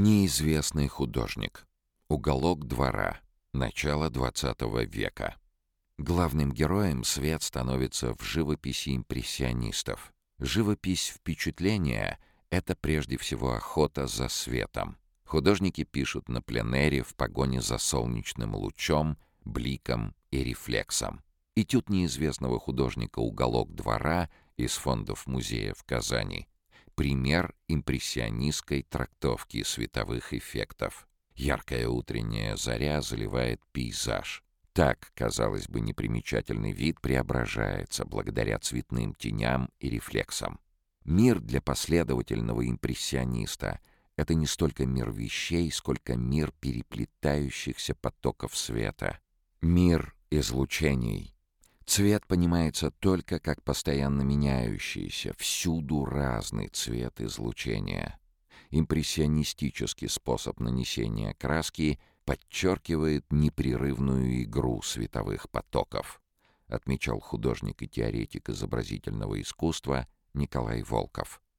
Неизвестный художник. Уголок двора. Начало XX века. Главным героем свет становится в живописи импрессионистов. Живопись впечатления — это прежде всего охота за светом. Художники пишут на пленэре в погоне за солнечным лучом, бликом и рефлексом. Этюд неизвестного художника «Уголок двора» из фондов музея в Казани — пример импрессионистской трактовки световых эффектов. Яркая утренняя заря заливает пейзаж. Так, казалось бы, непримечательный вид преображается благодаря цветным теням и рефлексам. Мир для последовательного импрессиониста — это не столько мир вещей, сколько мир переплетающихся потоков света. Мир излучений. Цвет понимается только как постоянно меняющийся, всюду разный цвет излучения. Импрессионистический способ нанесения краски подчеркивает непрерывную игру световых потоков, отмечал художник и теоретик изобразительного искусства Николай Волков.